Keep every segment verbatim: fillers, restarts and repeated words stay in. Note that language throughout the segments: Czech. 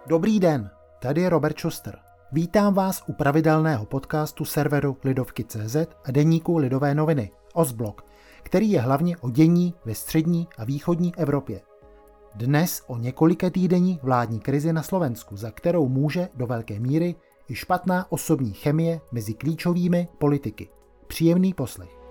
Dobrý den, tady je Robert Schuster. Vítám vás u pravidelného podcastu serveru Lidovky tečka cé zet a deníku Lidové noviny, Ostblok, který je hlavně o dění ve střední a východní Evropě. Dnes o několikatýdenní vládní krizi na Slovensku, za kterou může do velké míry i špatná osobní chemie mezi klíčovými politiky. Příjemný poslech.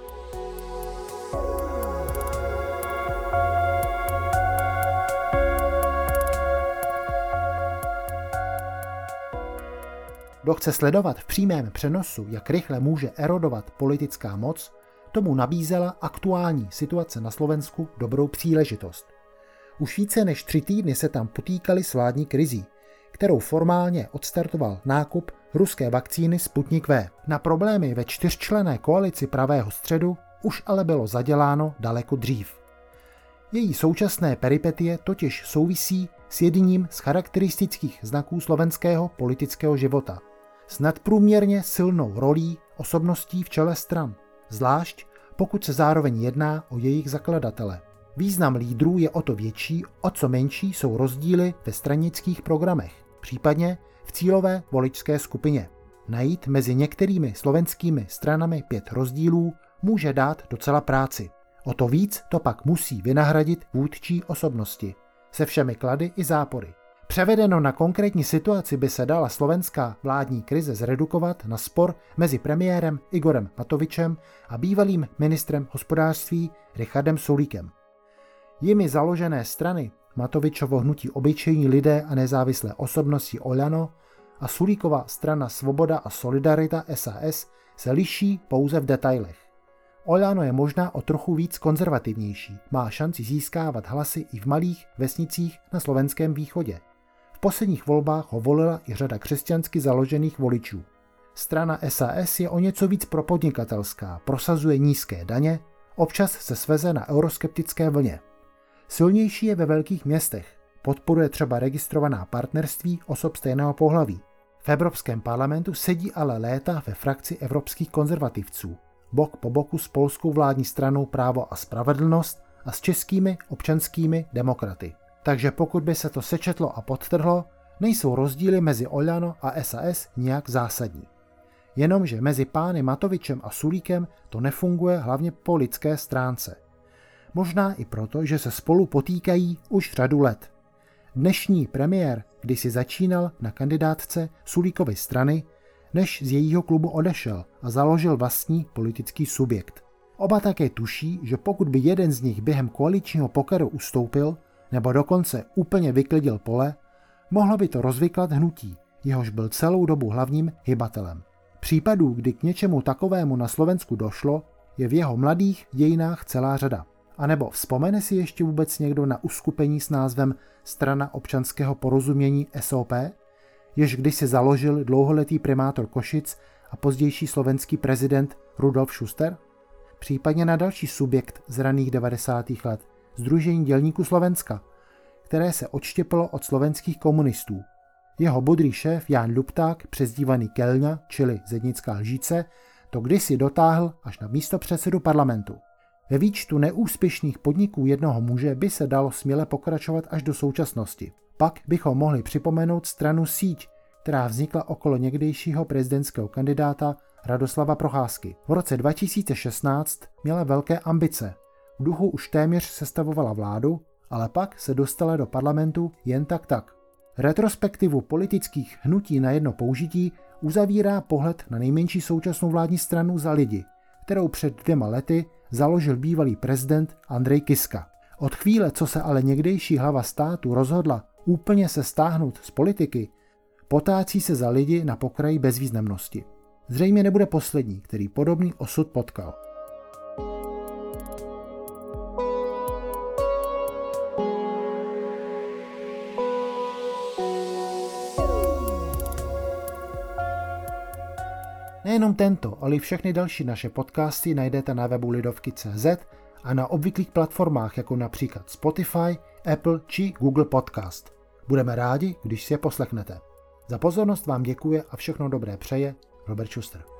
Kdo chce sledovat v přímém přenosu, jak rychle může erodovat politická moc, tomu nabízela aktuální situace na Slovensku dobrou příležitost. Už více než tři týdny se tam potýkali s vládní krizí, kterou formálně odstartoval nákup ruské vakcíny Sputnik V. Na problémy ve čtyřčlenné koalici pravého středu už ale bylo zaděláno daleko dřív. Její současné peripetie totiž souvisí s jedním z charakteristických znaků slovenského politického života. S nadprůměrně silnou rolí osobností v čele stran, zvlášť pokud se zároveň jedná o jejich zakladatele. Význam lídrů je o to větší, o co menší jsou rozdíly ve stranických programech, případně v cílové voličské skupině. Najít mezi některými slovenskými stranami pět rozdílů může dát docela práci. O to víc to pak musí vynahradit vůdčí osobnosti, se všemi klady i zápory. Převedeno na konkrétní situaci by se dala slovenská vládní krize zredukovat na spor mezi premiérem Igorem Matovičem a bývalým ministrem hospodářství Richardem Sulíkem. Jimi založené strany, Matovičovo hnutí Obyčejní lidé a nezávislé osobnosti Oľano a Sulíkova strana Svoboda a Solidarita es a es, se liší pouze v detailech. Oľano je možná o trochu víc konzervativnější, má šanci získávat hlasy i v malých vesnicích na slovenském východě. V posledních volbách ho volila i řada křesťansky založených voličů. Strana es a es je o něco víc propodnikatelská, prosazuje nízké daně, občas se sveze na euroskeptické vlně. Silnější je ve velkých městech, podporuje třeba registrovaná partnerství osob stejného pohlaví. V Evropském parlamentu sedí ale léta ve frakci evropských konzervativců, bok po boku s polskou vládní stranou Právo a spravedlnost a s českými občanskými demokraty. Takže pokud by se to sečetlo a podtrhlo, nejsou rozdíly mezi Oľano a es a es nijak zásadní. Jenomže mezi pány Matovičem a Sulíkem to nefunguje hlavně po lidské stránce. Možná i proto, že se spolu potýkají už řadu let. Dnešní premiér kdysi začínal na kandidátce Sulíkovy strany, než z jejího klubu odešel a založil vlastní politický subjekt. Oba také tuší, že pokud by jeden z nich během koaličního pokeru ustoupil, nebo dokonce úplně vyklidil pole, mohlo by to rozvyklat hnutí, jehož byl celou dobu hlavním hybatelem. Případů, kdy k něčemu takovému na Slovensku došlo, je v jeho mladých dějinách celá řada. A nebo vzpomene si ještě vůbec někdo na uskupení s názvem Strana občanského porozumění es ó pé, jež kdysi založil dlouholetý primátor Košic a pozdější slovenský prezident Rudolf Schuster? Případně na další subjekt z raných devadesátých let, Sdružení dělníků Slovenska, které se odštěpilo od slovenských komunistů. Jeho bodrý šéf Ján Ľupták, přezdívaný Kelňa, čili Zednická lžíce, to kdysi dotáhl až na místopředsedu parlamentu. Ve výčtu neúspěšných podniků jednoho muže by se dalo směle pokračovat až do současnosti. Pak bychom mohli připomenout stranu Síť, která vznikla okolo někdejšího prezidentského kandidáta Radoslava Procházky. V roce dva tisíce šestnáct měla velké ambice. V duchu už téměř sestavovala vládu, ale pak se dostala do parlamentu jen tak tak. Retrospektivu politických hnutí na jedno použití uzavírá pohled na nejmenší současnou vládní stranu Za lidi, kterou před dvěma lety založil bývalý prezident Andrej Kiska. Od chvíle, co se ale někdejší hlava státu rozhodla úplně se stáhnout z politiky, potácí se Za lidi na pokraji bezvýznamnosti. Zřejmě nebude poslední, který podobný osud potkal. Nejenom tento, ale i všechny další naše podcasty najdete na webu Lidovky tečka cé zet a na obvyklých platformách jako například Spotify, Apple či Google Podcast. Budeme rádi, když si je poslechnete. Za pozornost vám děkuje a všechno dobré přeje Robert Schuster.